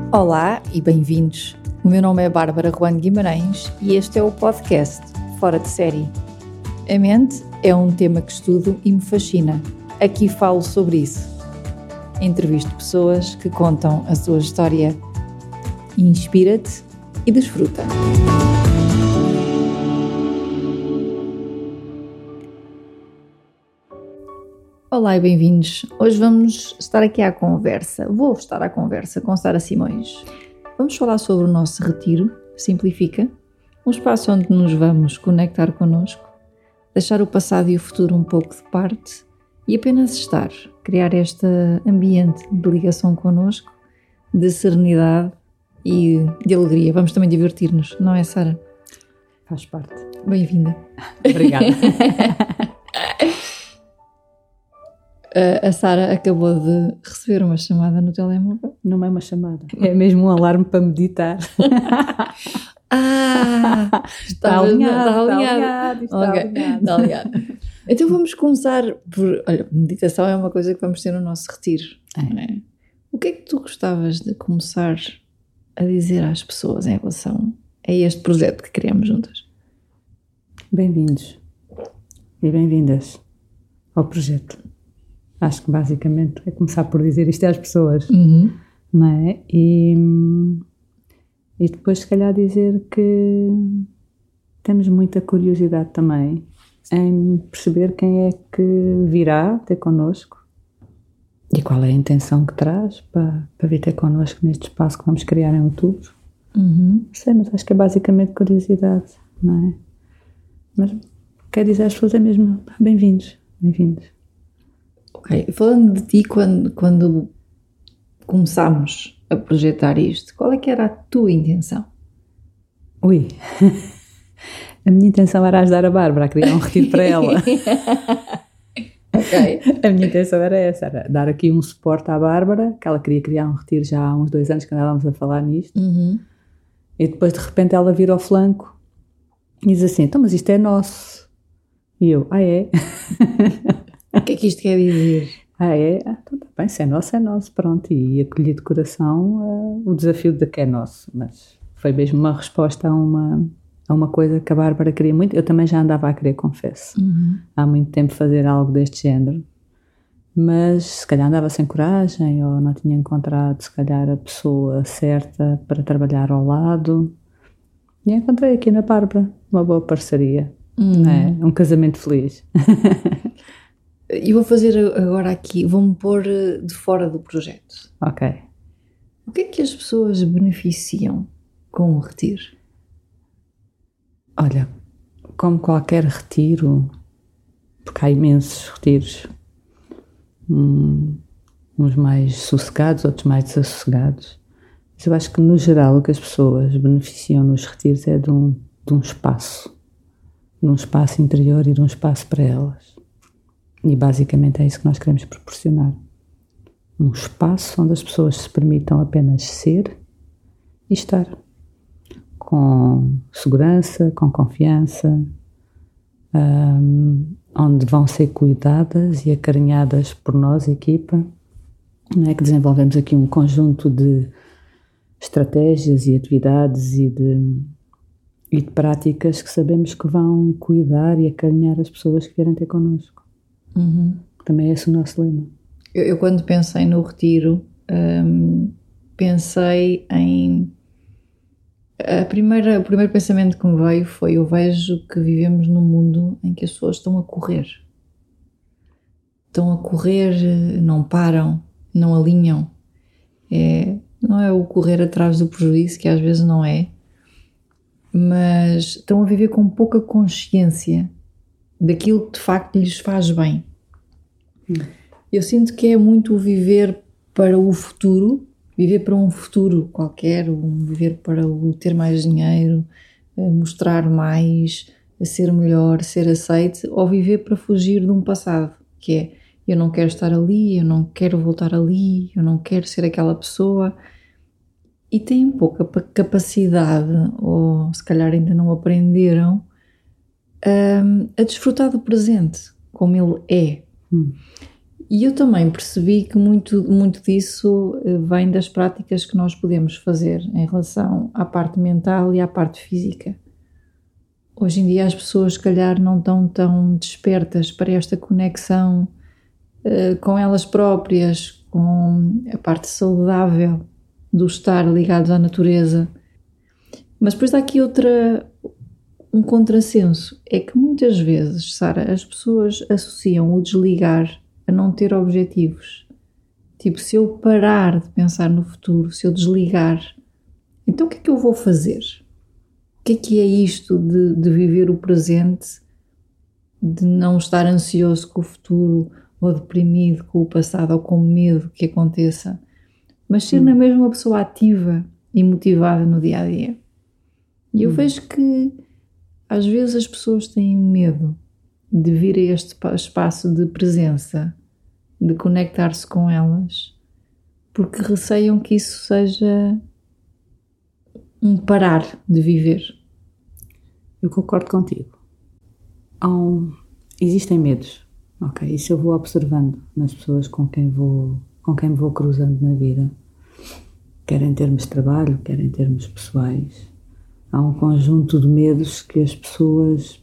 Olá e bem-vindos. O meu nome é Bárbara Juan Guimarães e este é o podcast Fora de Série. A mente é um tema que estudo e me fascina. Aqui falo sobre isso. Entrevisto pessoas que contam a sua história. Inspira-te e desfruta. Olá e bem-vindos. Hoje vamos estar aqui à conversa. Vou estar à conversa com Sara Simões. Vamos falar sobre o nosso retiro, Simplifica, um espaço onde nos vamos conectar connosco, deixar o passado e o futuro um pouco de parte e apenas estar, criar este ambiente de ligação connosco, de serenidade e de alegria. Vamos também divertir-nos, não é, Sara? Faz parte. Bem-vinda. Obrigada. A Sara acabou de receber uma chamada no telemóvel. Não é uma chamada, é mesmo um alarme para meditar. Está alinhado. Está alinhado. Então vamos começar por... Olha, meditação é uma coisa que vamos ter no nosso retiro. Não é? O que é que tu gostavas de começar a dizer às pessoas em relação a este projeto que criamos juntas? Bem-vindos e bem-vindas ao projeto. Acho que basicamente é começar por dizer isto às pessoas, não é? E depois se calhar dizer que temos muita curiosidade também em perceber quem é que virá ter connosco e qual é a intenção que traz para vir ter connosco neste espaço que vamos criar em outubro. Não sei, mas acho que é basicamente curiosidade, não é? Mas quer dizer às pessoas é mesmo bem-vindos. Ok, falando de ti, quando começámos a projetar isto, qual é que era a tua intenção? Ui, a minha intenção era ajudar a Bárbara a criar um retiro para ela. Ok. A minha intenção era essa, era dar aqui um suporte à Bárbara, que ela queria criar um retiro já há uns 2 anos que andávamos a falar nisto, e depois de repente ela vira ao flanco e diz assim, então mas isto é nosso. E eu, é? O que é que isto quer dizer? É? Então tá bem, se é nosso, pronto. E acolhi de coração o desafio de que é nosso. Mas foi mesmo uma resposta a uma coisa que a Bárbara queria muito. Eu também já andava a querer, confesso. Há muito tempo fazer algo deste género. Mas se calhar andava sem coragem ou não tinha encontrado, se calhar, a pessoa certa para trabalhar ao lado. E encontrei aqui na Bárbara uma boa parceria. Não é? Um casamento feliz. E vou fazer agora aqui, vou-me pôr de fora do projeto. Ok. O que é que as pessoas beneficiam com o retiro? Olha, como qualquer retiro, porque há imensos retiros, uns mais sossegados, outros mais desassossegados, mas eu acho que no geral o que as pessoas beneficiam nos retiros é de um espaço interior e de um espaço para elas. E basicamente é isso que nós queremos proporcionar. Um espaço onde as pessoas se permitam apenas ser e estar. Com segurança, com confiança, onde vão ser cuidadas e acarinhadas por nós, equipa. Não é que desenvolvemos aqui um conjunto de estratégias e atividades e de práticas que sabemos que vão cuidar e acarinhar as pessoas que vierem ter connosco. Também é esse o nosso lema. Eu quando pensei no retiro, pensei em... O primeiro pensamento que me veio foi: eu vejo que vivemos num mundo em que as pessoas estão a correr. Estão a correr, não param, não alinham. Não é o correr atrás do prejuízo, que às vezes não é, mas estão a viver com pouca consciência daquilo que de facto lhes faz bem. Eu sinto que é muito viver para o futuro, viver para um futuro qualquer, viver para o ter mais dinheiro, mostrar mais, ser melhor, ser aceite, ou viver para fugir de um passado, que é: eu não quero estar ali, eu não quero voltar ali, eu não quero ser aquela pessoa. E têm pouca capacidade, ou se calhar ainda não aprenderam, a desfrutar do presente, como ele é. E eu também percebi que muito disso vem das práticas que nós podemos fazer em relação à parte mental e à parte física. Hoje em dia as pessoas, se calhar, não estão tão despertas para esta conexão com elas próprias, com a parte saudável do estar ligados à natureza. Mas depois há aqui um contrassenso. É que muitas vezes, Sara, as pessoas associam o desligar a não ter objetivos. Tipo, se eu parar de pensar no futuro, se eu desligar, então o que é que eu vou fazer? O que é isto de viver o presente, de não estar ansioso com o futuro, ou deprimido com o passado, ou com medo que aconteça, mas ser na mesma uma pessoa ativa e motivada no dia-a-dia? E eu vejo que às vezes as pessoas têm medo de vir a este espaço de presença, de conectar-se com elas, porque receiam que isso seja um parar de viver. Eu concordo contigo. Existem medos, ok? Isso eu vou observando nas pessoas com quem me vou cruzando na vida, quer em termos de trabalho, quer em termos pessoais. Há um conjunto de medos que as pessoas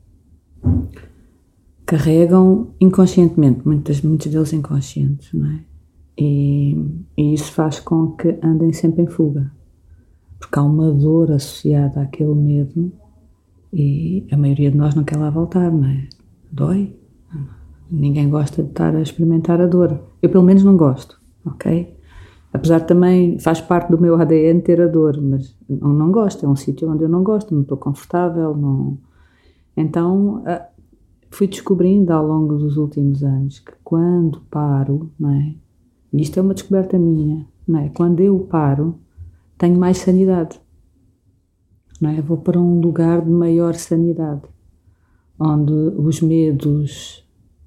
carregam inconscientemente, muitos deles inconscientes, não é? E isso faz com que andem sempre em fuga, porque há uma dor associada àquele medo e a maioria de nós não quer lá voltar, não é? Dói. Ninguém gosta de estar a experimentar a dor. Eu pelo menos não gosto, ok? Apesar de também faz parte do meu ADN ter a dor, mas não gosto, é um sítio onde eu não gosto, não estou confortável, não... Então fui descobrindo ao longo dos últimos anos que quando paro, não é? E isto é uma descoberta minha, não é? Quando eu paro, tenho mais sanidade, não é? Vou para um lugar de maior sanidade, onde os medos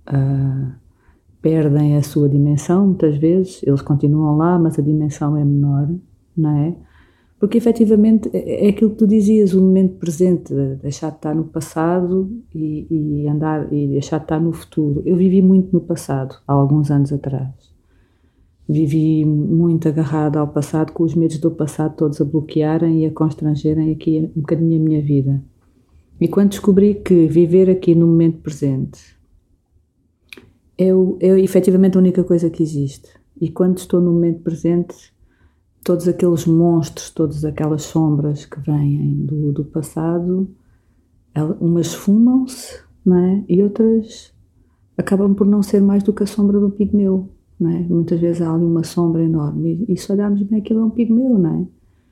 perdem a sua dimensão, muitas vezes, eles continuam lá, mas a dimensão é menor, não é? Porque efetivamente é aquilo que tu dizias, o momento presente, deixar de estar no passado e andar e deixar de estar no futuro. Eu vivi muito no passado, há alguns anos atrás. Vivi muito agarrada ao passado, com os medos do passado todos a bloquearem e a constrangerem aqui um bocadinho a minha vida. E quando descobri que viver aqui no momento presente é efetivamente a única coisa que existe. E quando estou no momento presente, todos aqueles monstros, todas aquelas sombras que vêm do passado, umas esfumam-se, não é? E outras acabam por não ser mais do que a sombra do pigmeu, não é? Muitas vezes há ali uma sombra enorme e se olharmos bem aquilo é um pigmeu, não é?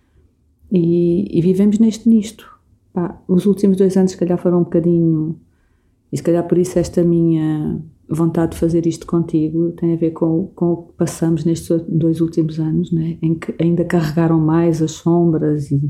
E vivemos nisto. Pá, os últimos 2 anos se calhar foram um bocadinho, e se calhar por isso esta minha vontade de fazer isto contigo tem a ver com o que passamos nestes 2 últimos anos, né? Em que ainda carregaram mais as sombras e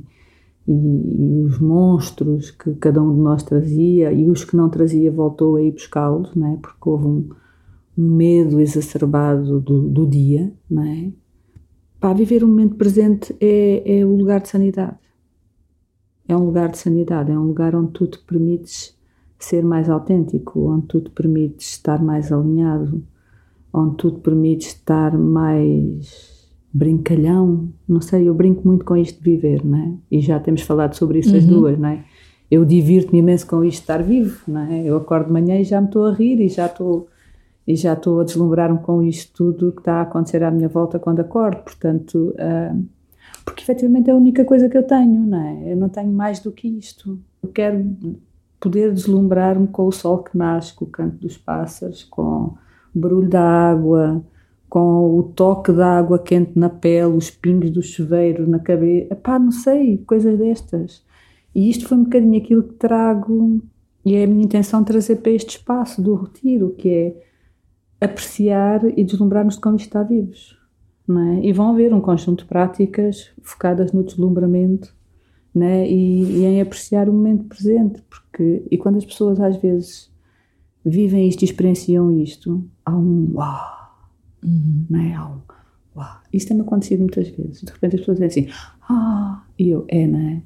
os monstros que cada um de nós trazia, e os que não trazia voltou a ir buscá-los, né? Porque houve um medo exacerbado do dia, né? Para viver o momento presente é o lugar de sanidade. É um lugar de sanidade, é um lugar onde tu te permites ser mais autêntico, onde tu te permites estar mais alinhado, onde tu te permites estar mais brincalhão. Não sei, eu brinco muito com isto de viver, não é? E já temos falado sobre isso as duas, não é? Eu divirto-me imenso com isto de estar vivo, não é? Eu acordo de manhã e já me estou a rir e já estou a deslumbrar-me com isto tudo que está a acontecer à minha volta quando acordo, portanto, porque efetivamente é a única coisa que eu tenho, não é? Eu não tenho mais do que isto. Eu quero poder deslumbrar-me com o sol que nasce, com o canto dos pássaros, com o barulho da água, com o toque da água quente na pele, os pingos do chuveiro na cabeça, pá, não sei, coisas destas. E isto foi um bocadinho aquilo que trago, e é a minha intenção trazer para este espaço do retiro, que é apreciar e deslumbrar-nos de como isto está vivos, não é? E vão haver um conjunto de práticas focadas no deslumbramento, né? E em apreciar o momento presente, e quando as pessoas às vezes vivem isto e experienciam isto, há um uau, não é? Há um uau. Isso tem-me acontecido muitas vezes. De repente as pessoas dizem assim, e eu, não é?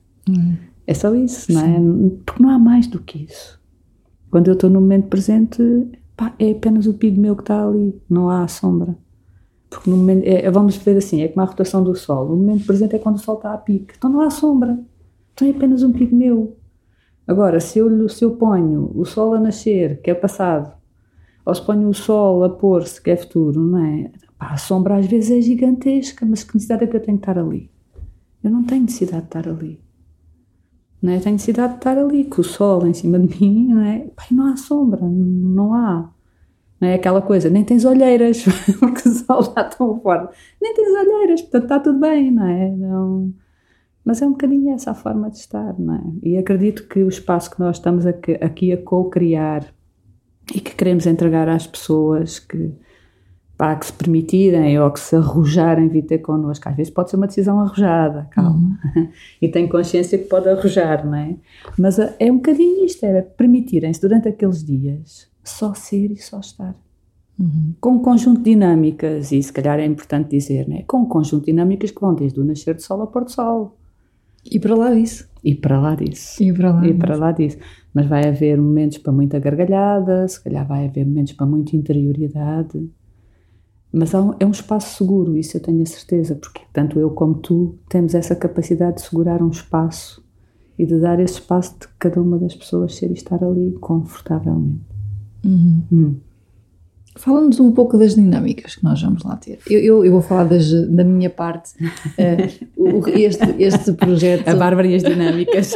É só isso, não é? Porque não há mais do que isso. Quando eu estou no momento presente, pá, é apenas o pigmeu que está ali, não há a sombra. Porque no momento, vamos ver assim, é como a rotação do Sol. No momento presente é quando o Sol está a pique. Então não há sombra. Então é apenas um pigmeu. Agora, se eu ponho o Sol a nascer, que é passado, ou se ponho o Sol a pôr-se, que é futuro, não é? Pá, a sombra às vezes é gigantesca, mas que necessidade é que eu tenho de estar ali? Eu não tenho necessidade de estar ali. Não é? Eu tenho necessidade de estar ali, com o Sol em cima de mim, não é? Pá, não há sombra, não há. Não é aquela coisa, nem tens olheiras, porque o Sol está tão forte. Nem tens olheiras, portanto está tudo bem, não é? Não... Mas é um bocadinho essa a forma de estar, não é? E acredito que o espaço que nós estamos aqui a co-criar e que queremos entregar às pessoas que se permitirem ou que se arrojarem vir ter connosco, às vezes pode ser uma decisão arrojada, calma, e tenho consciência que pode arrojar, não é? Mas é um bocadinho isto, é permitirem-se durante aqueles dias só ser e só estar. Com um conjunto de dinâmicas, e se calhar é importante dizer, não é? Com um conjunto de dinâmicas que vão desde o nascer do sol ao pôr do sol. E para lá disso. E para lá disso. E para lá disso. Mas vai haver momentos para muita gargalhada, se calhar vai haver momentos para muita interioridade. Mas é um espaço seguro, isso eu tenho a certeza, porque tanto eu como tu temos essa capacidade de segurar um espaço e de dar esse espaço de cada uma das pessoas ser e estar ali confortavelmente. Fala-nos um pouco das dinâmicas que nós vamos lá ter. Eu vou falar da minha parte. Este projeto... A Bárbara e as dinâmicas.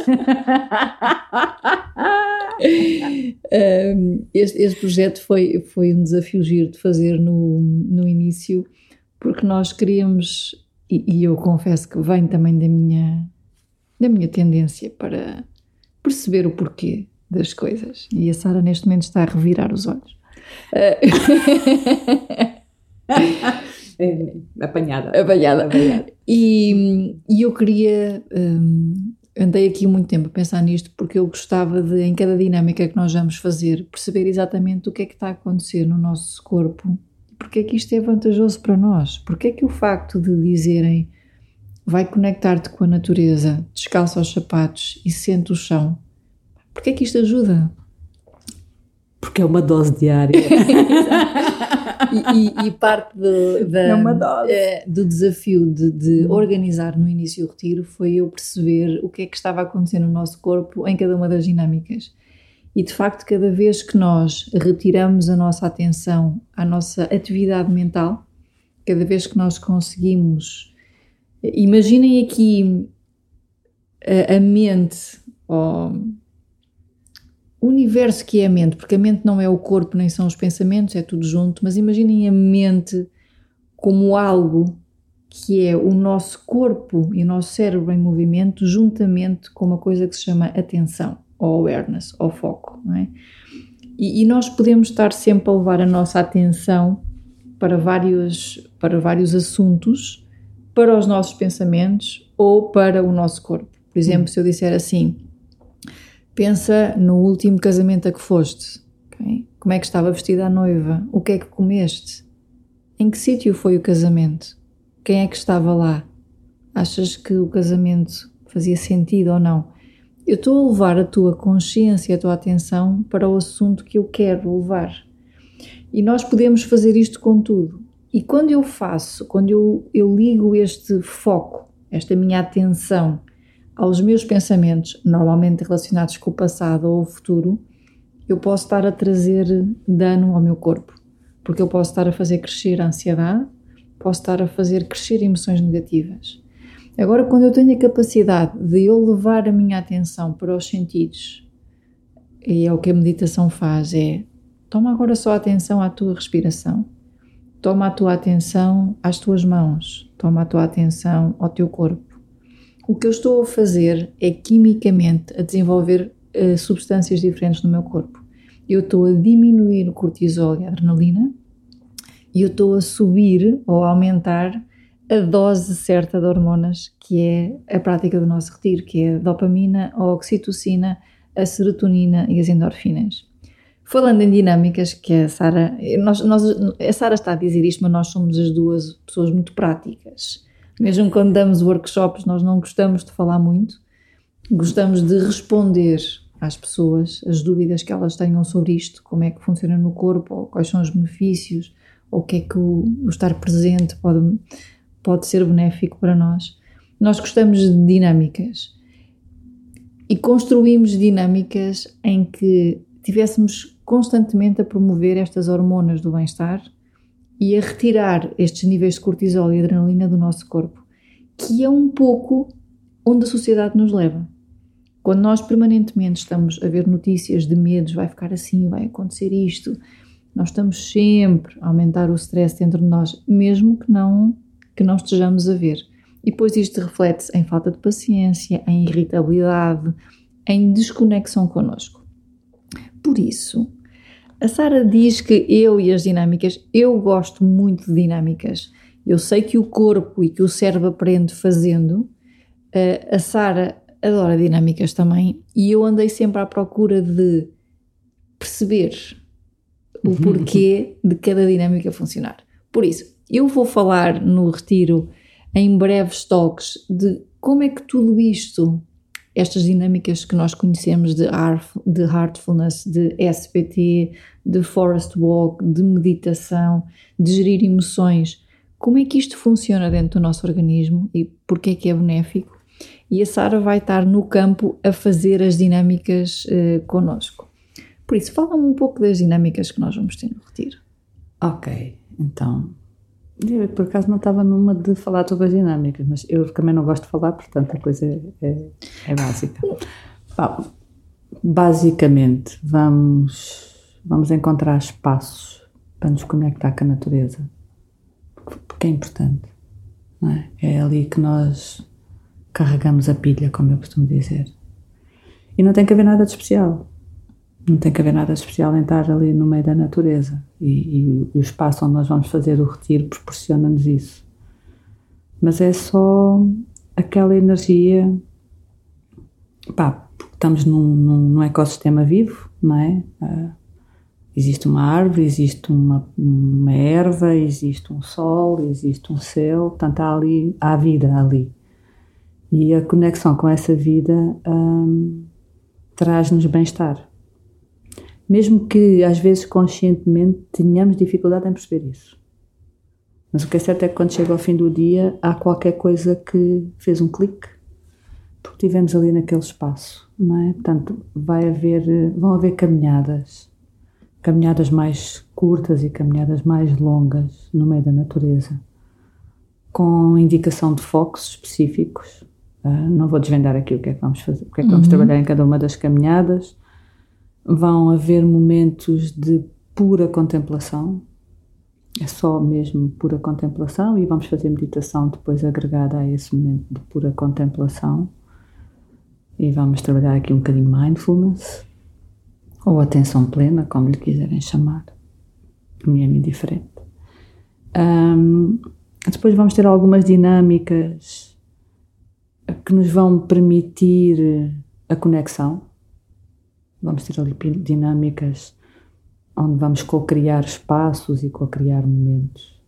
Este projeto foi um desafio giro de fazer no início, porque nós queríamos, e eu confesso que vem também da minha tendência para perceber o porquê das coisas. E a Sara neste momento está a revirar os olhos. Apanhada. E eu queria... andei aqui muito tempo a pensar nisto porque eu gostava de, em cada dinâmica que nós vamos fazer, perceber exatamente o que é que está a acontecer no nosso corpo, porque é que isto é vantajoso para nós, porque é que o facto de dizerem vai conectar-te com a natureza, descalça os sapatos e sente o chão, porque é que isto ajuda? Porque é uma dose diária. e parte do desafio de organizar no início o retiro foi eu perceber o que é que estava a acontecer no nosso corpo em cada uma das dinâmicas. E de facto, cada vez que nós retiramos a nossa atenção à nossa atividade mental, cada vez que nós conseguimos... Imaginem aqui a mente, o universo que é a mente, porque a mente não é o corpo nem são os pensamentos, é tudo junto, mas imaginem a mente como algo que é o nosso corpo e o nosso cérebro em movimento, juntamente com uma coisa que se chama atenção, ou awareness, ou foco, não é? E nós podemos estar sempre a levar a nossa atenção para vários assuntos, para os nossos pensamentos ou para o nosso corpo. Por exemplo, se eu disser assim... Pensa no último casamento a que foste, okay? Como é que estava vestida a noiva? O que é que comeste? Em que sítio foi o casamento? Quem é que estava lá? Achas que o casamento fazia sentido ou não? Eu estou a levar a tua consciência, a tua atenção para o assunto que eu quero levar. E nós podemos fazer isto com tudo. E quando eu ligo este foco, esta minha atenção, aos meus pensamentos, normalmente relacionados com o passado ou o futuro, eu posso estar a trazer dano ao meu corpo, porque eu posso estar a fazer crescer a ansiedade, posso estar a fazer crescer emoções negativas. Agora, quando eu tenho a capacidade de eu levar a minha atenção para os sentidos, e é o que a meditação faz, toma agora só atenção à tua respiração, toma a tua atenção às tuas mãos, toma a tua atenção ao teu corpo. O que eu estou a fazer é quimicamente a desenvolver substâncias diferentes no meu corpo. Eu estou a diminuir o cortisol e a adrenalina e eu estou a subir ou a aumentar a dose certa de hormonas, que é a prática do nosso retiro, que é a dopamina, a oxitocina, a serotonina e as endorfinas. Falando em dinâmicas, que a Sara... a Sara está a dizer isto, mas nós somos as duas pessoas muito práticas. Mesmo quando damos workshops, nós não gostamos de falar muito, gostamos de responder às pessoas as dúvidas que elas tenham sobre isto, como é que funciona no corpo, ou quais são os benefícios, ou o que é que o estar presente pode ser benéfico para nós. Nós gostamos de dinâmicas e construímos dinâmicas em que tivéssemos constantemente a promover estas hormonas do bem-estar e a retirar estes níveis de cortisol e adrenalina do nosso corpo, que é um pouco onde a sociedade nos leva. Quando nós permanentemente estamos a ver notícias de medos, vai ficar assim, vai acontecer isto, nós estamos sempre a aumentar o stress dentro de nós, mesmo que não estejamos a ver. E depois isto reflete-se em falta de paciência, em irritabilidade, em desconexão connosco. Por isso, a Sara diz que eu e as dinâmicas, eu gosto muito de dinâmicas. Eu sei que o corpo e que o cérebro aprende fazendo. A Sara adora dinâmicas também e eu andei sempre à procura de perceber o porquê de cada dinâmica funcionar. Por isso, eu vou falar no retiro em breves toques de como é que tudo isto, estas dinâmicas que nós conhecemos de Heartfulness, de SPT, de Forest Walk, de meditação, de gerir emoções, como é que isto funciona dentro do nosso organismo e porque é que é benéfico. E a Sara vai estar no campo a fazer as dinâmicas connosco. Por isso, fala-me um pouco das dinâmicas que nós vamos ter no retiro. Ok, então, eu por acaso não estava numa de falar sobre as dinâmicas, mas eu também não gosto de falar, portanto a coisa é básica. Basicamente, vamos encontrar espaços para nos conectar com a natureza, porque é importante, não é? É ali que nós carregamos a pilha, como eu costumo dizer. E não tem que haver nada de especial. Não tem que haver nada de especial em estar ali no meio da natureza. E o espaço onde nós vamos fazer o retiro proporciona-nos isso. Mas é só aquela energia, porque estamos num ecossistema vivo, não é? Existe uma árvore, existe uma erva, existe um sol, existe um céu, portanto há vida ali. E a conexão com essa vida traz-nos bem-estar. Mesmo que às vezes conscientemente tenhamos dificuldade em perceber isso. Mas o que é certo é que quando chega ao fim do dia há qualquer coisa que fez um clique, porque estivemos ali naquele espaço, não é? Portanto, vão haver caminhadas mais curtas e caminhadas mais longas no meio da natureza, com indicação de focos específicos. Não vou desvendar aqui o que é que vamos fazer, o que é que vamos trabalhar em cada uma das caminhadas. Vão haver momentos de pura contemplação, é só mesmo pura contemplação, e vamos fazer meditação depois agregada a esse momento de pura contemplação. E vamos trabalhar aqui um bocadinho mindfulness, ou atenção plena, como lhe quiserem chamar. Para mim é muito diferente. Depois vamos ter algumas dinâmicas que nos vão permitir a conexão. Vamos ter ali dinâmicas onde vamos co-criar espaços e co-criar momentos.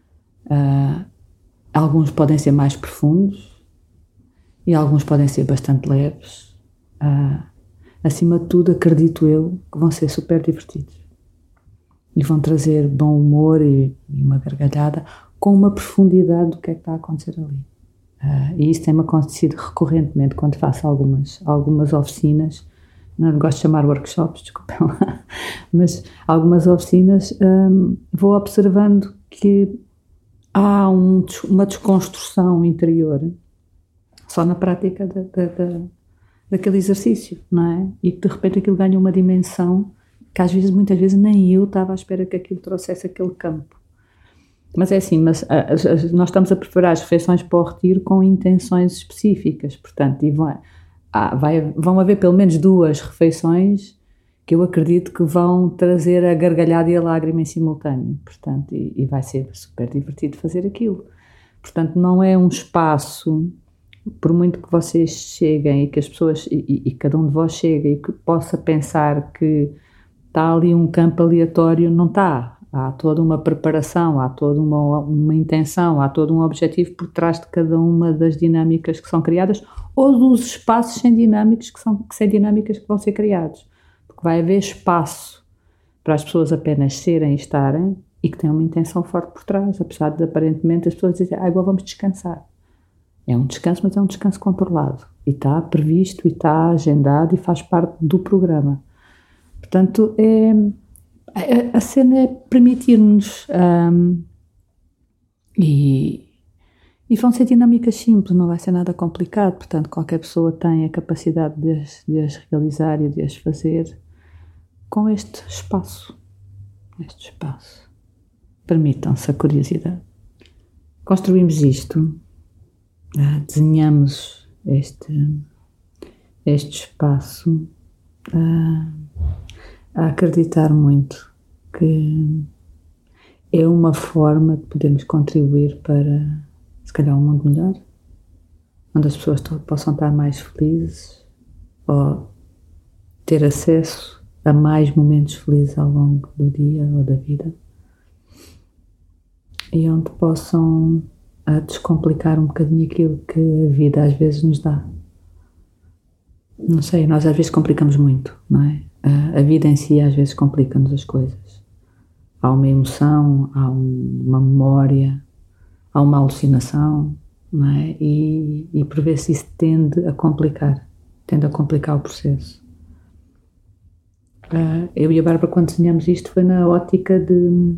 Alguns podem ser mais profundos e alguns podem ser bastante leves. Acima de tudo, acredito eu que vão ser super divertidos e vão trazer bom humor e uma gargalhada com uma profundidade do que é que está a acontecer ali. E isso tem-me acontecido recorrentemente quando faço algumas oficinas. Não gosto de chamar workshops, desculpem lá, mas algumas oficinas vou observando que há uma desconstrução interior só na prática daquele exercício, não é? E que de repente aquilo ganha uma dimensão que muitas vezes nem eu estava à espera que aquilo trouxesse aquele campo. Mas é assim, nós estamos a preparar as refeições para o retiro com intenções específicas, portanto, vão haver pelo menos 2 refeições que eu acredito que vão trazer a gargalhada e a lágrima em simultâneo, portanto, e vai ser super divertido fazer aquilo. Portanto, não é um espaço, por muito que vocês cheguem e que as pessoas, e cada um de vós chegue e que possa pensar que está ali um campo aleatório, não está. Há toda uma preparação, há toda uma intenção, há todo um objetivo por trás de cada uma das dinâmicas que são criadas ou dos espaços sem dinâmicas que vão ser criados. Porque vai haver espaço para as pessoas apenas serem e estarem e que têm uma intenção forte por trás, apesar de aparentemente as pessoas dizerem, agora vamos descansar. É um descanso, mas é um descanso controlado. E está previsto, e está agendado e faz parte do programa. Portanto, a cena é permitir-nos e vão ser dinâmicas simples, não vai ser nada complicado. Portanto, qualquer pessoa tem a capacidade de as realizar e de as fazer com este espaço. Permitam-se a curiosidade. Construímos isto, desenhamos este espaço a acreditar muito que é uma forma de podermos contribuir para, se calhar, um mundo melhor, onde as pessoas possam estar mais felizes ou ter acesso a mais momentos felizes ao longo do dia ou da vida e onde possam descomplicar um bocadinho aquilo que a vida às vezes nos dá. Não sei, nós às vezes complicamos muito, não é? A vida em si às vezes complica-nos as coisas. Há uma emoção, há uma memória, há uma alucinação, não é? E por vezes isso tende a complicar o processo. Eu e a Bárbara, quando desenhamos isto, foi na ótica de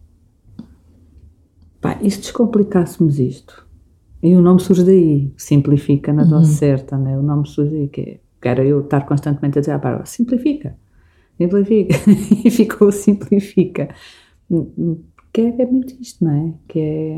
e se descomplicássemos isto? E o nome surge daí, simplifica na dose certa, né? O nome surge daí, que era eu estar constantemente a dizer, Bárbara, simplifica, e ficou simplifica. Porque é muito isto, não é? Que é,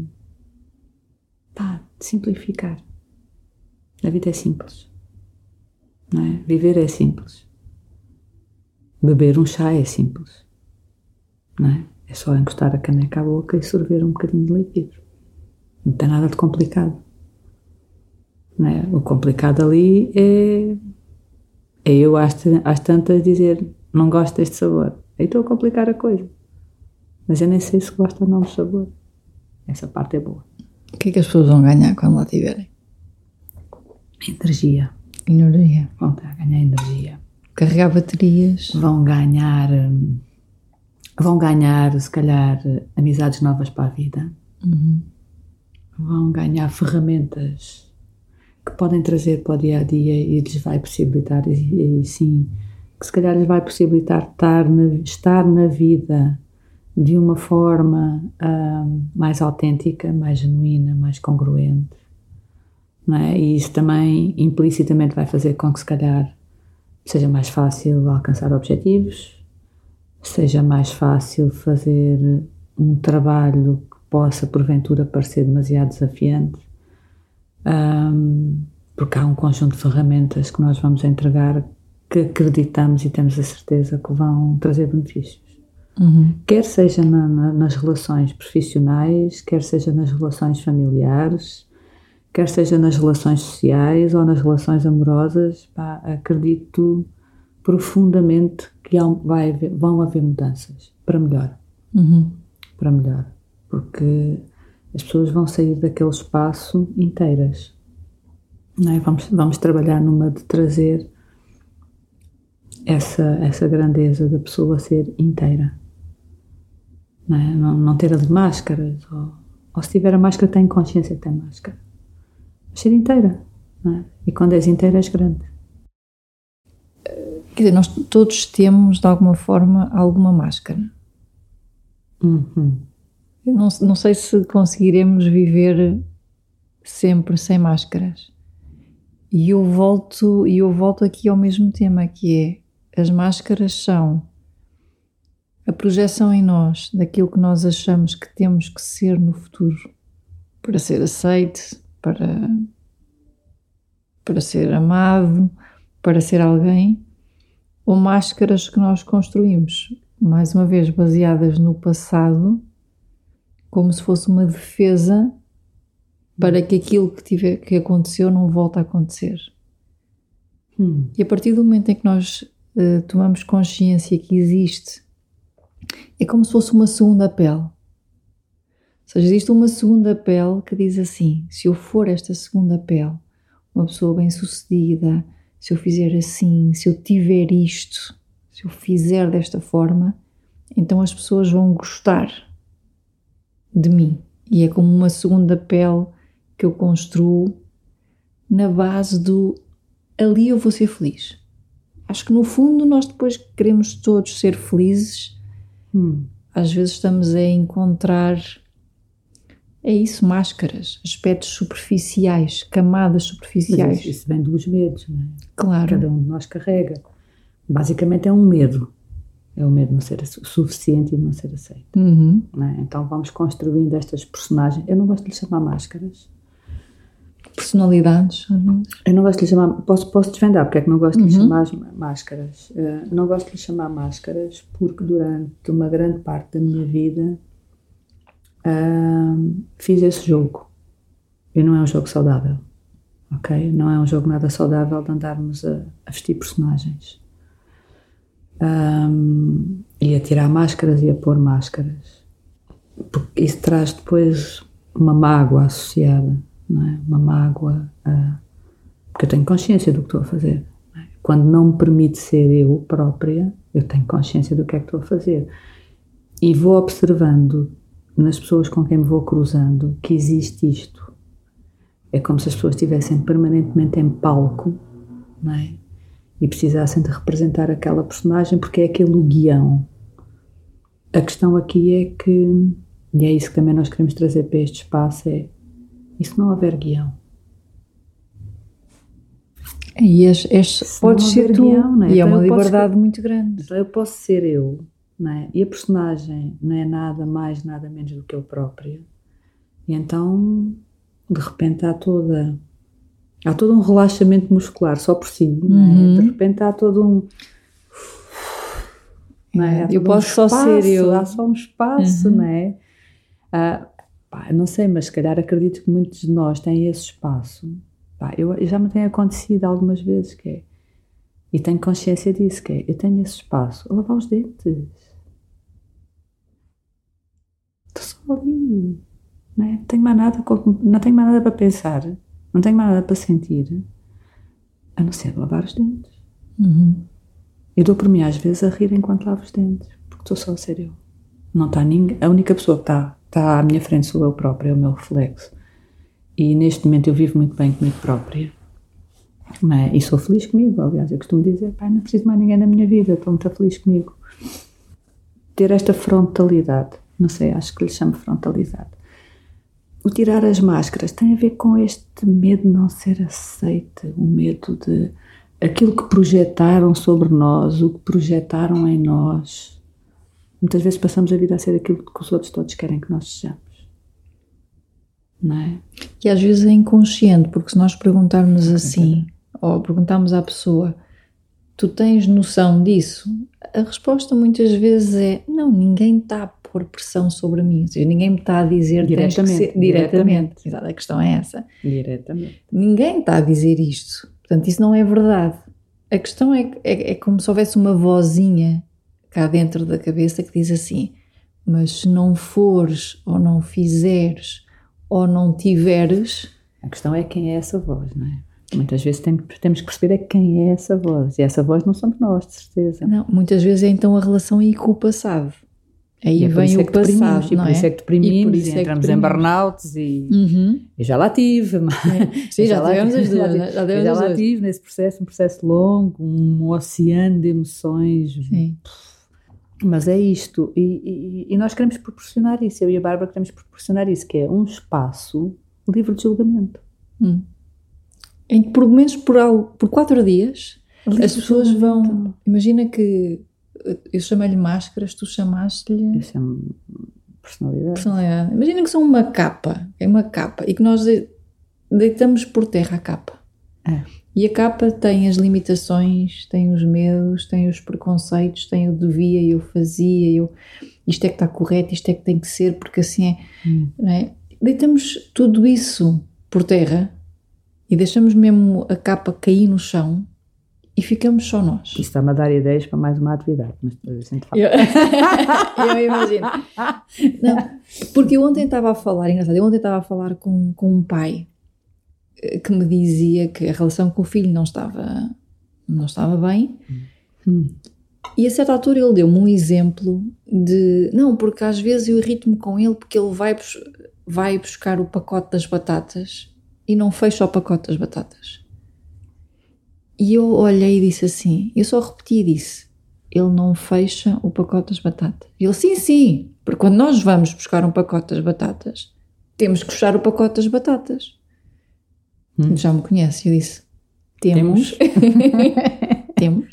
simplificar. A vida é simples, não é? Viver é simples. Beber um chá é simples, não é? É só encostar a caneca à boca e sorver um bocadinho de líquido. Não tem nada de complicado. Não é? O complicado ali é eu às tantas dizer não gosto deste sabor. Aí estou a complicar a coisa. Mas eu nem sei se gosto ou não do sabor. Essa parte é boa. O que é que as pessoas vão ganhar quando lá tiverem? Energia. Vão estar a ganhar energia. Carregar baterias. Vão ganhar, se calhar, amizades novas para a vida. Vão ganhar ferramentas que podem trazer para o dia-a-dia e lhes vai possibilitar, e sim, que se calhar lhes vai possibilitar estar na vida de uma forma mais autêntica, mais genuína, mais congruente. Não é? E isso também implicitamente vai fazer com que, se calhar, seja mais fácil alcançar objetivos, seja mais fácil fazer um trabalho que possa, porventura, parecer demasiado desafiante, porque há um conjunto de ferramentas que nós vamos entregar que acreditamos e temos a certeza que vão trazer benefícios. Quer seja nas relações profissionais, quer seja nas relações familiares, quer seja nas relações sociais ou nas relações amorosas, acredito profundamente que vão haver mudanças para melhor. Para melhor. Porque as pessoas vão sair daquele espaço inteiras. Não é? Vamos trabalhar numa de trazer essa grandeza da pessoa ser inteira. Não é? Não ter ali máscaras. Ou se tiver a máscara, tem consciência que tem máscara. Mas ser inteira. Não é? E quando és inteira, és grande. Quer dizer, nós todos temos, de alguma forma, alguma máscara. Eu não sei se conseguiremos viver sempre sem máscaras. E eu volto aqui ao mesmo tema, que é, as máscaras são a projeção em nós daquilo que nós achamos que temos que ser no futuro, para ser aceite, para ser amado, para ser alguém, ou máscaras que nós construímos, mais uma vez baseadas no passado, como se fosse uma defesa para que aquilo que aconteceu não volte a acontecer. E a partir do momento em que nós tomamos consciência que existe É como se fosse uma segunda pele. Ou seja, existe uma segunda pele que diz assim: se eu for esta segunda pele, uma pessoa bem-sucedida, se eu fizer assim, se eu tiver isto, se eu fizer desta forma, então as pessoas vão gostar de mim. E é como uma segunda pele que eu construo na base do ali eu vou ser feliz. Acho que no fundo nós depois queremos todos ser felizes. Às vezes estamos a encontrar, é isso, máscaras, aspectos superficiais, camadas superficiais. Mas isso vem dos medos, não é? Claro. Cada um de nós carrega. Basicamente é um medo. É o medo de não ser suficiente e de não ser aceito. Não é? Então vamos construindo estas personagens. Eu não gosto de lhe chamar máscaras. Personalidades, às vezes. Eu não gosto de lhe chamar... Posso desvendar porque é que não gosto de lhe chamar máscaras. Não gosto de lhe chamar máscaras porque durante uma grande parte da minha vida fiz esse jogo. E não é um jogo saudável. Ok? Não é um jogo nada saudável de andarmos a vestir personagens. E a tirar máscaras e a pôr máscaras, porque isso traz depois uma mágoa associada, não é? Uma mágoa, porque eu tenho consciência do que estou a fazer, não é? Quando não me permite ser eu própria, eu tenho consciência do que é que estou a fazer e vou observando nas pessoas com quem me vou cruzando que existe isto. É como se as pessoas estivessem permanentemente em palco, não é? E precisassem de representar aquela personagem porque é aquele o guião. A questão aqui é que, e é isso que também nós queremos trazer para este espaço, é e se não houver guião? E pode ser tu, guião, não é? E então é uma liberdade muito grande. Então eu posso ser eu, não é? E a personagem não é nada mais, nada menos do que eu própria. E então, de repente há todo um relaxamento muscular só por si, não é? De repente há todo um... Não é? Eu posso só ser eu. Há só um espaço, não é? Não sei, mas se calhar acredito que muitos de nós têm esse espaço. Eu já me tem acontecido algumas vezes que é, e tenho consciência disso, que é, eu tenho esse espaço a lavar os dentes. Estou só ali, não é? Não tenho mais nada para pensar. Não tenho mais nada para sentir, a não ser lavar os dentes. Eu dou por mim às vezes a rir enquanto lavo os dentes, porque estou só a ser eu. Não está ninguém. A única pessoa que está à minha frente sou eu própria, é o meu reflexo. E neste momento eu vivo muito bem comigo própria. E sou feliz comigo. Aliás, eu costumo dizer, não preciso de mais ninguém na minha vida, estou muito feliz comigo. Ter esta frontalidade, não sei, acho que lhe chamo frontalidade. O tirar as máscaras tem a ver com este medo de não ser aceite, o medo de aquilo que projetaram sobre nós, o que projetaram em nós. Muitas vezes passamos a vida a ser aquilo que os outros todos querem que nós sejamos. Não é? Que às vezes é inconsciente, porque se nós perguntarmos assim, ou perguntarmos à pessoa, tu tens noção disso? A resposta muitas vezes é, não, ninguém está a pôr pressão sobre mim, ou seja, ninguém me está a dizer diretamente. Exato, a questão é essa. Diretamente. Ninguém está a dizer isto, portanto isso não é verdade. A questão é como se houvesse uma vozinha cá dentro da cabeça que diz assim, mas se não fores, ou não fizeres, ou não tiveres... A questão é quem é essa voz, não é? Muitas vezes temos que perceber quem é essa voz. E essa voz não somos nós, de certeza. Não, muitas vezes é então a relação aí com o passado. Aí vem o passado, não é? E por isso é que deprimimos, e entramos em burnouts e já lá tive. Sim, já tivemos as duas. Já lá tive nesse processo, um processo longo, um oceano de emoções. Sim. Mas é isto. E nós queremos proporcionar isso. Eu e a Bárbara queremos proporcionar isso, que é um espaço livre de julgamento. Em que, por menos por 4 dias, as pessoas vão... Imagina que eu chamei-lhe máscaras, tu chamaste-lhe... Eu chamo personalidade. Imagina que são uma capa, e que nós deitamos por terra a capa. E a capa tem as limitações, tem os medos, tem os preconceitos, tem o devia, eu fazia, isto é que está correto, isto é que tem que ser, porque assim é. Não é? Deitamos tudo isso por terra e deixamos mesmo a capa cair no chão e ficamos só nós. Isso está-me a dar ideias para mais uma atividade, mas depois a gente fala. Eu imagino. Não, porque eu ontem estava a falar com um pai que me dizia que a relação com o filho não estava bem. E a certa altura ele deu-me um exemplo de... Não, porque às vezes eu irrito-me com ele porque ele vai buscar o pacote das batatas e não fecha o pacote das batatas. E eu olhei e disse assim, eu só repeti e disse, ele não fecha o pacote das batatas. E ele, sim, porque quando nós vamos buscar um pacote das batatas, temos que fechar o pacote das batatas. Já me conhece, eu disse, temos. Temos.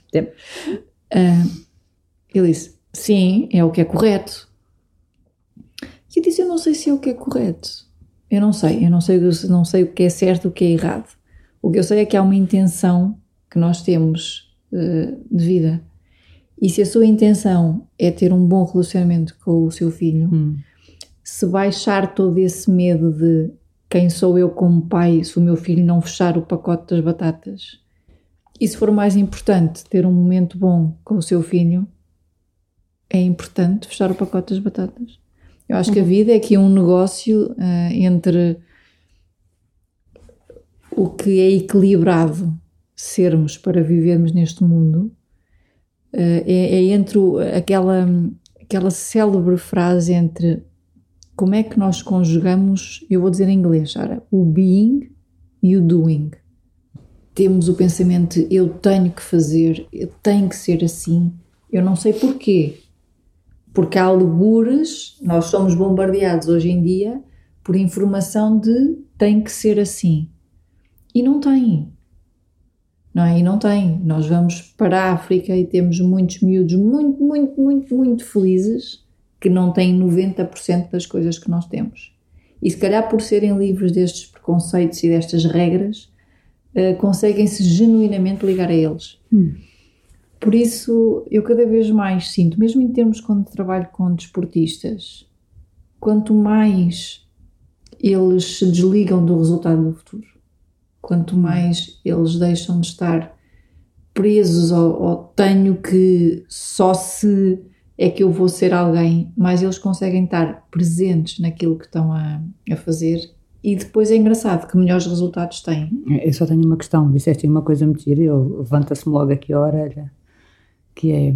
Ele disse, sim, é o que é correto. E eu disse, eu não sei se é o que é correto. Eu não sei o que é certo, o que é errado. O que eu sei é que há uma intenção que nós temos de vida. E se a sua intenção é ter um bom relacionamento com o seu filho, se baixar todo esse medo de quem sou eu como pai se o meu filho não fechar o pacote das batatas, e se for mais importante ter um momento bom com o seu filho, é importante fechar o pacote das batatas. Eu acho que a vida é aqui um negócio entre o que é equilibrado sermos para vivermos neste mundo, é entre aquela célebre frase entre como é que nós conjugamos, eu vou dizer em inglês, o being e o doing. Temos o pensamento de eu tenho que fazer, eu tenho que ser assim, eu não sei porquê. Porque há algures, nós somos bombardeados hoje em dia por informação de tem que ser assim. E não tem. Não é? E não tem. Nós vamos para a África e temos muitos miúdos muito felizes que não têm 90% das coisas que nós temos. E se calhar por serem livres destes preconceitos e destas regras, conseguem-se genuinamente ligar a eles. Por isso, eu cada vez mais sinto, mesmo em termos quando trabalho com desportistas, quanto mais eles se desligam do resultado do futuro, quanto mais eles deixam de estar presos ao tenho que só se é que eu vou ser alguém, mais eles conseguem estar presentes naquilo que estão a fazer. E depois é engraçado que melhores resultados têm. Eu só tenho uma questão, disseste uma coisa muito gira e levanta-se-me logo aqui a orelha, que é,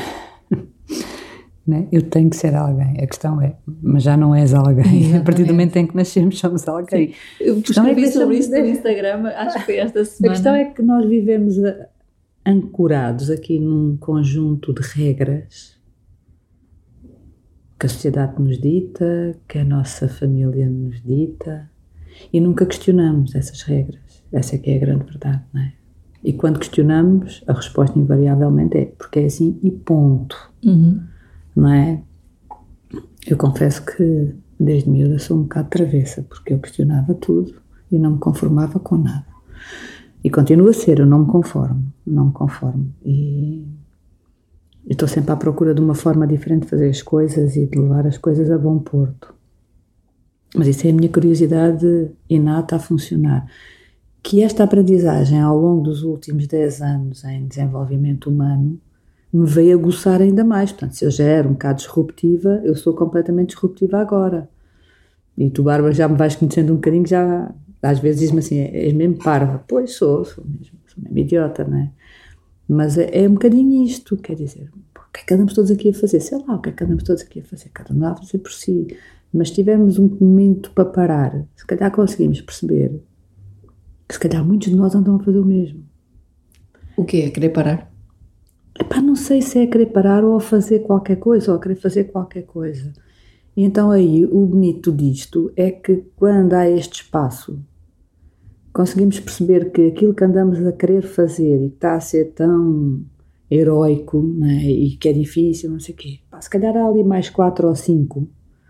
né? Eu tenho que ser alguém, a questão é, mas já não és alguém. Exatamente. A partir do momento em que nascemos somos alguém. Eu escrevi sobre isso no Instagram, acho que foi esta semana. A questão é que nós vivemos ancorados aqui num conjunto de regras que a sociedade nos dita, que a nossa família nos dita, e nunca questionamos essas regras. Essa é que é a grande verdade, não é? E quando questionamos, a resposta invariavelmente é porque é assim e ponto. Não é? Eu confesso que desde miúda sou um bocado travessa, porque eu questionava tudo e não me conformava com nada. E continuo a ser, eu não me conformo. E estou sempre à procura de uma forma diferente de fazer as coisas e de levar as coisas a bom porto. Mas isso é a minha curiosidade inata a funcionar. Que esta aprendizagem ao longo dos últimos 10 anos em desenvolvimento humano me veio aguçar ainda mais. Portanto, se eu já era um bocado disruptiva, eu sou completamente disruptiva agora. E tu, Bárbara, já me vais conhecendo um bocadinho, já às vezes diz-me assim, és mesmo parva. Pois sou mesmo idiota, não é? Mas é um bocadinho isto, quer dizer, o que é que andamos todos aqui a fazer? Sei lá, o que é que andamos todos aqui a fazer? Cada um a fazer por si. Mas se tivermos um momento para parar, se calhar conseguimos perceber que se calhar muitos de nós andam a fazer o mesmo. O quê? A querer parar? Epá, não sei se é a querer parar ou a fazer qualquer coisa, ou a querer fazer qualquer coisa. E então aí o bonito disto é que quando há este espaço, conseguimos perceber que aquilo que andamos a querer fazer e que está a ser tão heroico, né, e que é difícil, não sei o quê, pá, se calhar há ali mais 4 ou 5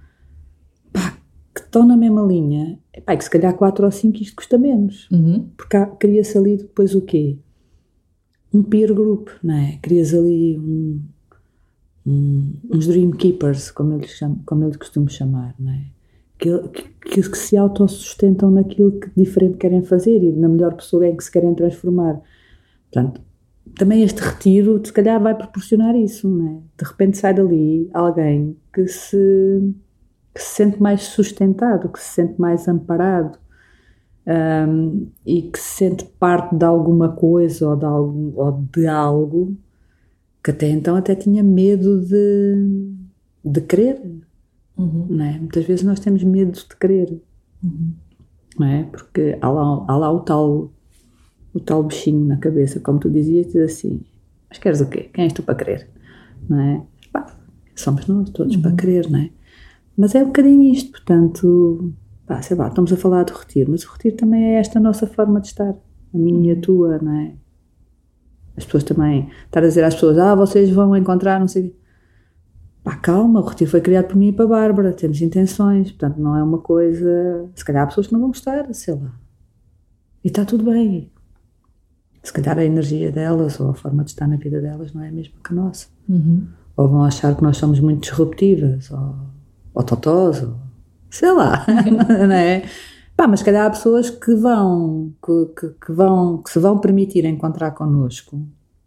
que estão na mesma linha, epá, e que se calhar 4 ou 5 isto custa menos, porque cria-se ali depois o quê? Um peer group, não é? Crias ali uns dream keepers, como eles costumam chamar, não é? Que se autossustentam naquilo que diferente querem fazer e na melhor pessoa em que se querem transformar. Portanto, também este retiro, se calhar, vai proporcionar isso, não é? De repente sai dali alguém que se sente mais sustentado, que se sente mais amparado, e que se sente parte de alguma coisa ou de algo que até então até tinha medo de querer, não é? Muitas vezes nós temos medo de querer, não é? Porque há lá o tal bichinho na cabeça, como tu dizias, diz assim, mas queres o quê? Quem és tu para querer? Não é? Pá, somos nós todos para querer, não é? Mas é um bocadinho isto, portanto, pá, sei lá, estamos a falar do retiro, mas o retiro também é esta nossa forma de estar, a minha e a tua, não é? As pessoas também, estar a dizer às pessoas, vocês vão encontrar, não sei o quê. Pá, calma, o retiro foi criado por mim e para a Bárbara, temos intenções, portanto não é uma coisa, se calhar há pessoas que não vão gostar, sei lá, e está tudo bem. Se calhar a energia delas ou a forma de estar na vida delas não é a mesma que a nossa. Ou vão achar que nós somos muito disruptivas, ou totós, ou sei lá, não é? Pá, mas se calhar há pessoas que se vão permitir encontrar connosco.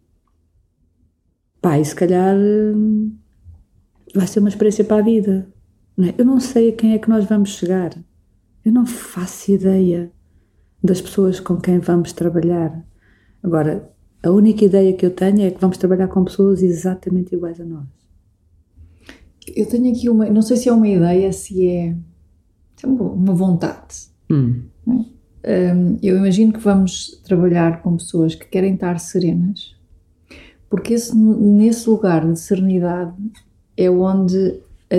Pá, e se calhar vai ser uma experiência para a vida. Não é? Eu não sei a quem é que nós vamos chegar. Eu não faço ideia das pessoas com quem vamos trabalhar. Agora, a única ideia que eu tenho é que vamos trabalhar com pessoas exatamente iguais a nós. Eu tenho aqui não sei se é uma ideia, se é uma vontade. Não é? Eu imagino que vamos trabalhar com pessoas que querem estar serenas, porque nesse lugar de serenidade é onde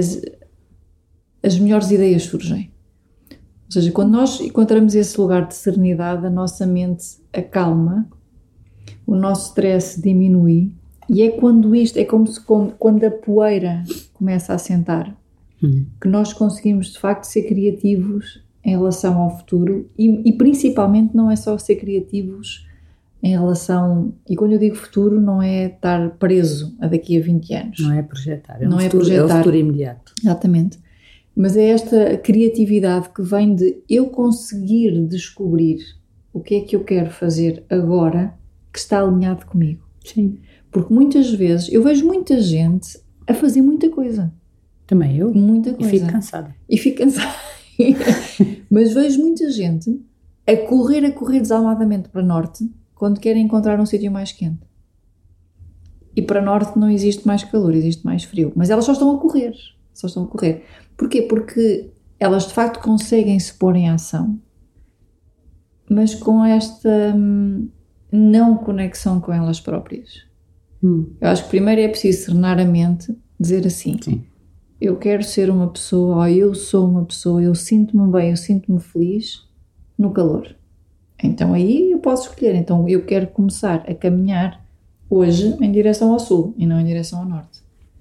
as melhores ideias surgem. Ou seja, quando nós encontramos esse lugar de serenidade, a nossa mente acalma, o nosso stress diminui, e é quando é como se quando a poeira começa a assentar, que nós conseguimos de facto ser criativos em relação ao futuro, e principalmente não é só ser criativos em relação, e quando eu digo futuro não é estar preso a daqui a 20 anos. Não é projetar, é o futuro imediato. Exatamente. Mas é esta criatividade que vem de eu conseguir descobrir o que é que eu quero fazer agora que está alinhado comigo. Sim. Porque muitas vezes eu vejo muita gente a fazer muita coisa. Também eu. Muita coisa. E fico cansada. Mas vejo muita gente a correr desalmadamente para norte quando querem encontrar um sítio mais quente. E para norte não existe mais calor, existe mais frio. Mas elas só estão a correr. Porquê? Porque elas de facto conseguem se pôr em ação, mas com esta não conexão com elas próprias. Eu acho que primeiro é preciso serenar a mente, dizer assim, sim, eu quero ser uma pessoa, ou eu sou uma pessoa, eu sinto-me bem, eu sinto-me feliz no calor. Então aí eu posso escolher, então eu quero começar a caminhar hoje em direção ao sul e não em direção ao norte.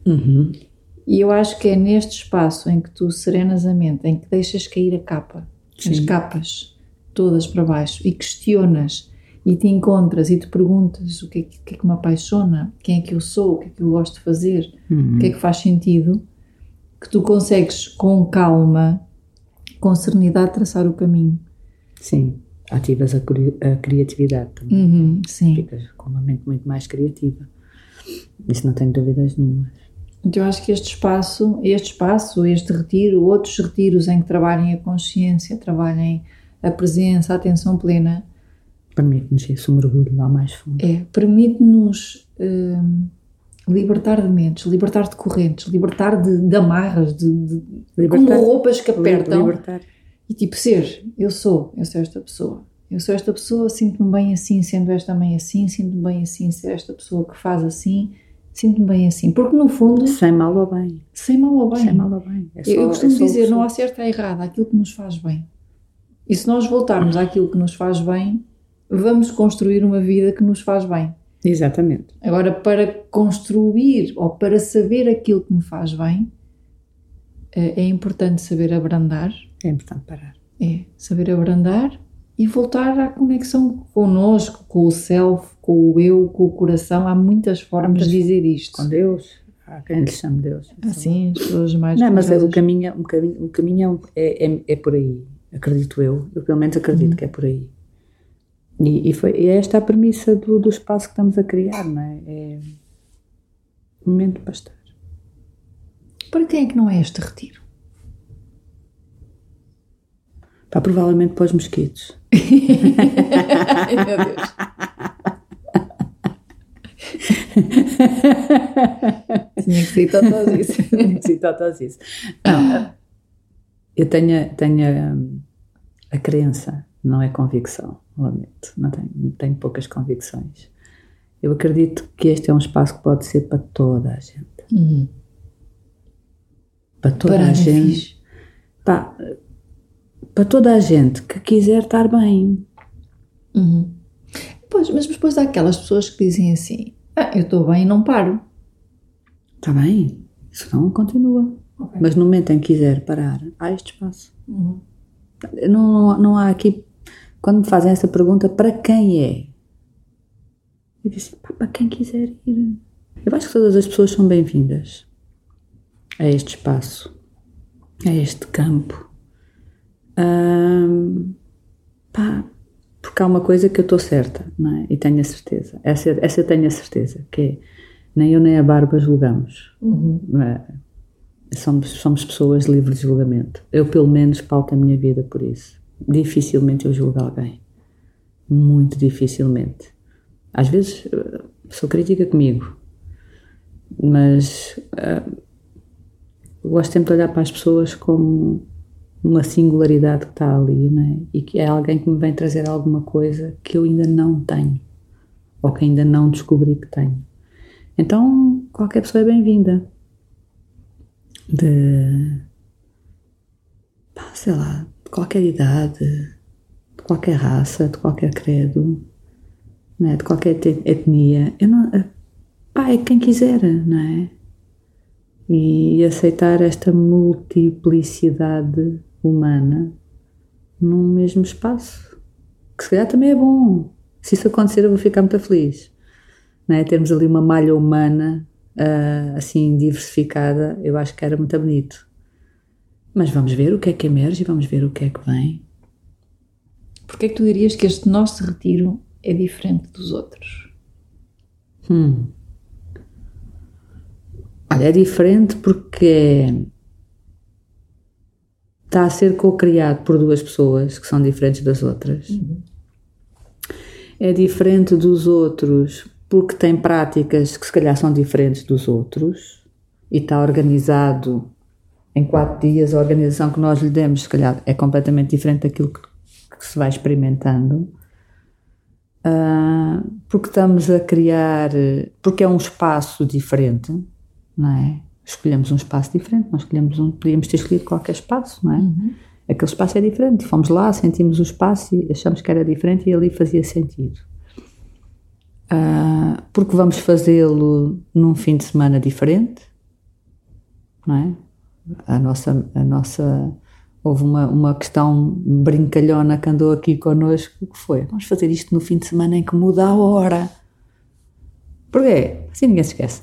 E eu acho que é neste espaço em que tu serenas a mente, em que deixas cair a capa, as capas todas para baixo, e questionas, e te encontras e te perguntas o que é que me apaixona, quem é que eu sou, o que é que eu gosto de fazer, o que é que faz sentido, que tu consegues com calma, com serenidade traçar o caminho. Sim, ativas a criatividade também. Sim. Ficas com uma mente muito mais criativa. Isso não tenho dúvidas nenhumas. Então eu acho que este espaço, este retiro, outros retiros em que trabalhem a consciência, trabalhem a presença, a atenção plena, permite-nos esse mergulho lá mais fundo. Permite-nos libertar de mentes, libertar de correntes, libertar de amarras, como roupas que apertam. E tipo eu sou esta pessoa. Eu sou esta pessoa, sinto-me bem assim, sendo esta mãe assim, sinto-me bem assim, ser esta pessoa que faz assim, sinto-me bem assim. Porque no fundo... Sem mal ou bem. Eu costumo dizer, não há certo ou errado, aquilo que nos faz bem. E se nós voltarmos àquilo que nos faz bem, vamos construir uma vida que nos faz bem. Exatamente. Agora, para construir ou para saber aquilo que me faz bem, é importante saber abrandar. É importante parar. Saber abrandar e voltar à conexão connosco, com o self, com o eu, com o coração. Há muitas formas de dizer isto. Com Deus, há quem lhe chame Deus. Assim, as pessoas mais... Não, mas o caminho é por aí. Acredito eu pelo menos acredito que é por aí. E é esta a premissa do espaço que estamos a criar, não é? É momento para estar. Para quem é que não é este retiro? Provavelmente para os mosquitos. Ai, meu Deus. Tinha que ser totosice. Não, eu tenho a crença, não é convicção, lamento. Não tenho poucas convicções. Eu acredito que este é um espaço que pode ser para toda a gente. Para toda a gente. Para toda a gente que quiser estar bem. Pois, mas depois há aquelas pessoas que dizem assim: eu estou bem e não paro. Está bem, isso não continua. Okay. Mas no momento em que quiser parar, há este espaço. Não há aqui, quando me fazem essa pergunta, para quem é? Eu disse, para quem quiser ir. Eu acho que todas as pessoas são bem-vindas a este espaço, a este campo. Porque há uma coisa que eu estou certa, não é? E tenho a certeza. Essa eu tenho a certeza, que é, nem eu nem a Bárbara julgamos. Somos pessoas livres de julgamento. Eu, pelo menos, pauto a minha vida por isso. Dificilmente eu julgo alguém. Muito dificilmente. Às vezes sou crítica comigo, mas gosto sempre de olhar para as pessoas como uma singularidade que está ali, não é? E que é alguém que me vem trazer alguma coisa que eu ainda não tenho, ou que ainda não descobri que tenho. Então, qualquer pessoa é bem-vinda. Sei lá, de qualquer idade, de qualquer raça, de qualquer credo, não é? De qualquer etnia. É quem quiser, não é? E aceitar esta multiplicidade humana num mesmo espaço, que se calhar também é bom. Se isso acontecer, eu vou ficar muito feliz, não é? Termos ali uma malha humana assim diversificada, eu acho que era muito bonito. Mas vamos ver o que é que emerge e vamos ver o que é que vem. Porquê é que tu dirias que este nosso retiro é diferente dos outros? Olha, é diferente porque está a ser co-criado por duas pessoas que são diferentes das outras. É diferente dos outros porque tem práticas que se calhar são diferentes dos outros e está organizado em 4 dias. A organização que nós lhe demos se calhar é completamente diferente daquilo que se vai experimentando. Porque estamos a criar, porque é um espaço diferente, não é? Escolhemos um espaço diferente, nós podíamos ter escolhido qualquer espaço, não é? Aquele espaço é diferente, fomos lá, sentimos o espaço e achamos que era diferente e ali fazia sentido. Porque vamos fazê-lo num fim de semana diferente, não é? Houve uma questão brincalhona que andou aqui connosco, que foi, vamos fazer isto no fim de semana em que muda a hora. Porquê? Assim ninguém se esquece.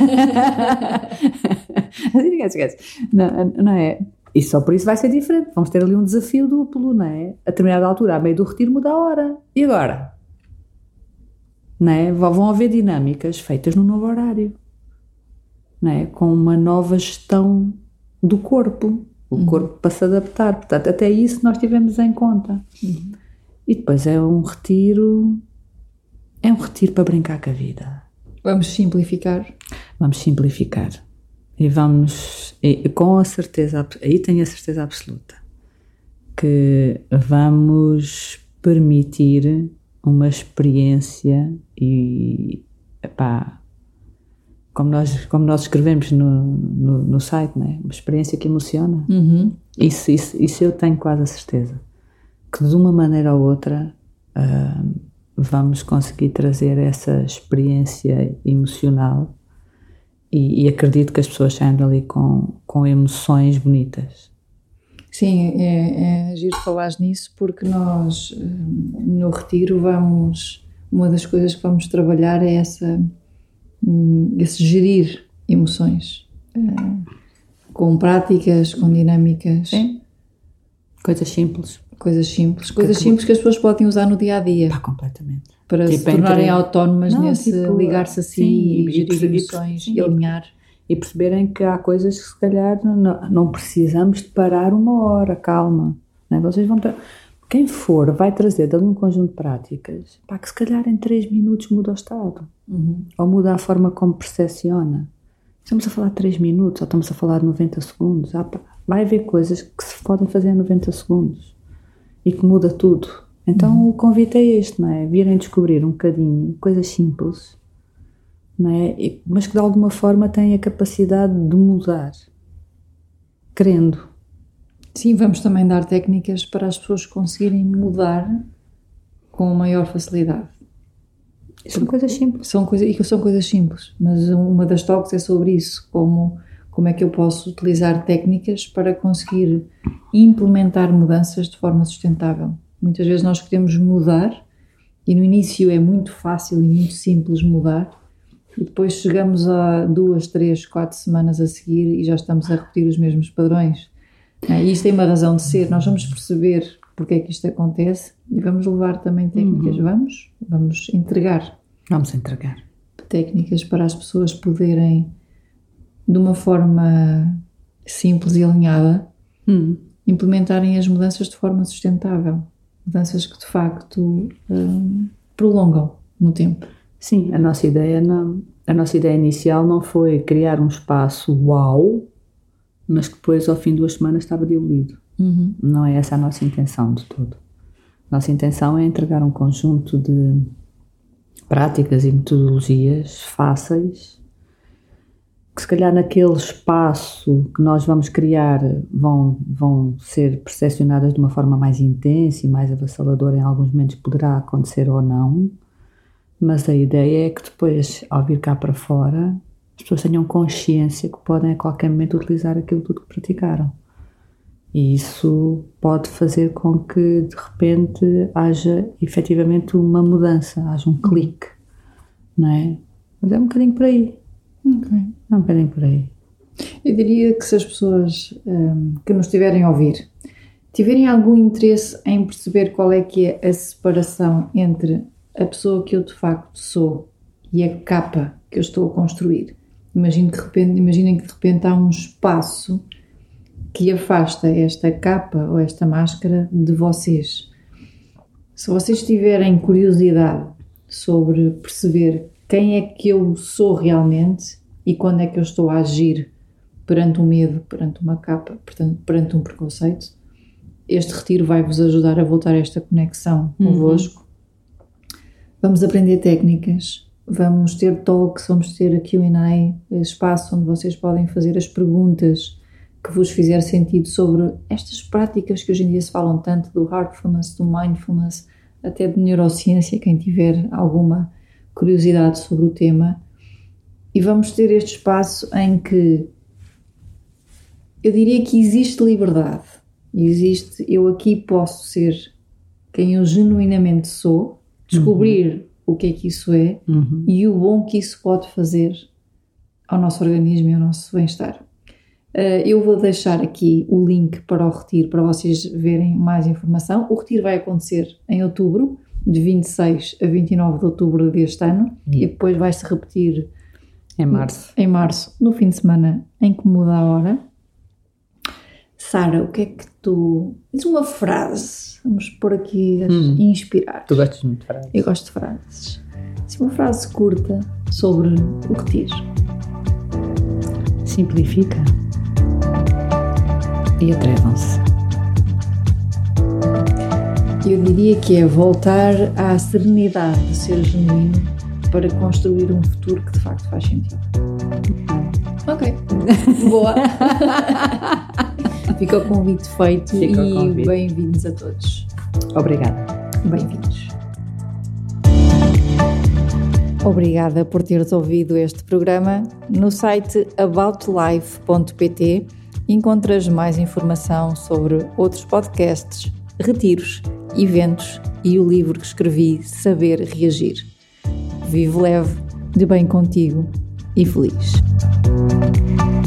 Assim ninguém se esquece. Não é? E só por isso vai ser diferente. Vamos ter ali um desafio duplo, não é? A determinada altura, a meio do retiro, muda a hora. E agora? Não é? Vão haver dinâmicas feitas no novo horário. Não é? Com uma nova gestão do corpo. O corpo para se adaptar. Portanto, até isso nós tivemos em conta. E depois é um retiro para brincar com a vida. Vamos simplificar. E com a certeza, aí tenho a certeza absoluta, que vamos permitir uma experiência e, como nós escrevemos no site, não é? Uma experiência que emociona. Isso eu tenho quase a certeza, que de uma maneira ou outra vamos conseguir trazer essa experiência emocional e acredito que as pessoas saiam dali com emoções bonitas. Sim, é giro falares nisso, porque nós no retiro uma das coisas que vamos trabalhar é esse gerir emoções, com práticas, com dinâmicas. Sim. Coisas simples. Coisas simples que as pessoas podem usar no dia-a-dia. Completamente. Para se tornarem autónomas nesse ligar-se a si e gerir emoções e alinhar. E perceberem que há coisas que se calhar não precisamos de parar uma hora, calma. Não é? Vocês vão quem for vai trazer dali um conjunto de práticas que se calhar em 3 minutos muda o estado. Ou muda a forma como percepciona. Estamos a falar de 3 minutos ou estamos a falar de 90 segundos. Vai haver coisas que se podem fazer em 90 segundos e que muda tudo. Então o convite é este, não é? Virem descobrir um bocadinho coisas simples, não é? Mas que de alguma forma têm a capacidade de mudar, querendo. Sim, vamos também dar técnicas para as pessoas conseguirem mudar com maior facilidade. São coisas simples. São coisas simples, mas uma das talks é sobre isso, como é que eu posso utilizar técnicas para conseguir implementar mudanças de forma sustentável. Muitas vezes nós queremos mudar e no início é muito fácil e muito simples mudar e depois chegamos a 2, 3, 4 semanas a seguir e já estamos a repetir os mesmos padrões. E isto tem uma razão de ser, nós vamos perceber porque é que isto acontece e vamos levar também técnicas, vamos entregar. Vamos entregar. Técnicas para as pessoas poderem, de uma forma simples e alinhada, implementarem as mudanças de forma sustentável. Mudanças que de facto prolongam no tempo. Sim, a nossa ideia inicial não foi criar um espaço uau, mas que depois ao fim de 2 semanas estava diluído. Não é essa a nossa intenção de tudo. Nossa intenção é entregar um conjunto de práticas e metodologias fáceis que se calhar naquele espaço que nós vamos criar vão ser percepcionadas de uma forma mais intensa e mais avassaladora, em alguns momentos poderá acontecer ou não, mas a ideia é que depois, ao vir cá para fora, as pessoas tenham consciência que podem a qualquer momento utilizar aquilo tudo que praticaram. E isso pode fazer com que de repente haja efetivamente uma mudança, haja um clique, não é? Mas é um bocadinho por aí. É um bocadinho por aí. Eu diria que se as pessoas que nos estiverem a ouvir tiverem algum interesse em perceber qual é que é a separação entre a pessoa que eu de facto sou e a capa que eu estou a construir, imaginem que de repente há um espaço que afasta esta capa ou esta máscara de vocês. Se vocês tiverem curiosidade sobre perceber quem é que eu sou realmente e quando é que eu estou a agir perante um medo, perante uma capa, perante um preconceito, este retiro vai-vos ajudar a voltar a esta conexão convosco. Vamos aprender técnicas, vamos ter talks, vamos ter a Q&A, espaço onde vocês podem fazer as perguntas que vos fizer sentido sobre estas práticas que hoje em dia se falam tanto do heartfulness, do mindfulness, até de neurociência, quem tiver alguma curiosidade sobre o tema. E vamos ter este espaço em que eu diria que existe liberdade, eu aqui posso ser quem eu genuinamente sou, descobrir o que é que isso é e o bom que isso pode fazer ao nosso organismo e ao nosso bem-estar. Eu vou deixar aqui o link para o retiro para vocês verem mais informação. O retiro vai acontecer em outubro, de 26 a 29 de outubro deste ano, e depois vai-se repetir em março, no fim de semana em que muda a hora. Sara, o que é que tu... Diz uma frase, vamos pôr aqui a inspirar. Tu gostas muito de frases? Eu gosto de frases. Diz uma frase curta sobre o retiro. Simplifica e atrevam-se. Eu diria que é voltar à serenidade de ser genuíno para construir um futuro que de facto faz sentido. Ok, boa. Fica o convite feito. Bem-vindos a todos. Obrigada. Bem-vindos. Obrigada por teres ouvido este programa. No site aboutlife.pt encontras mais informação sobre outros podcasts, retiros, eventos e o livro que escrevi, Saber Reagir. Vive leve, de bem contigo e feliz.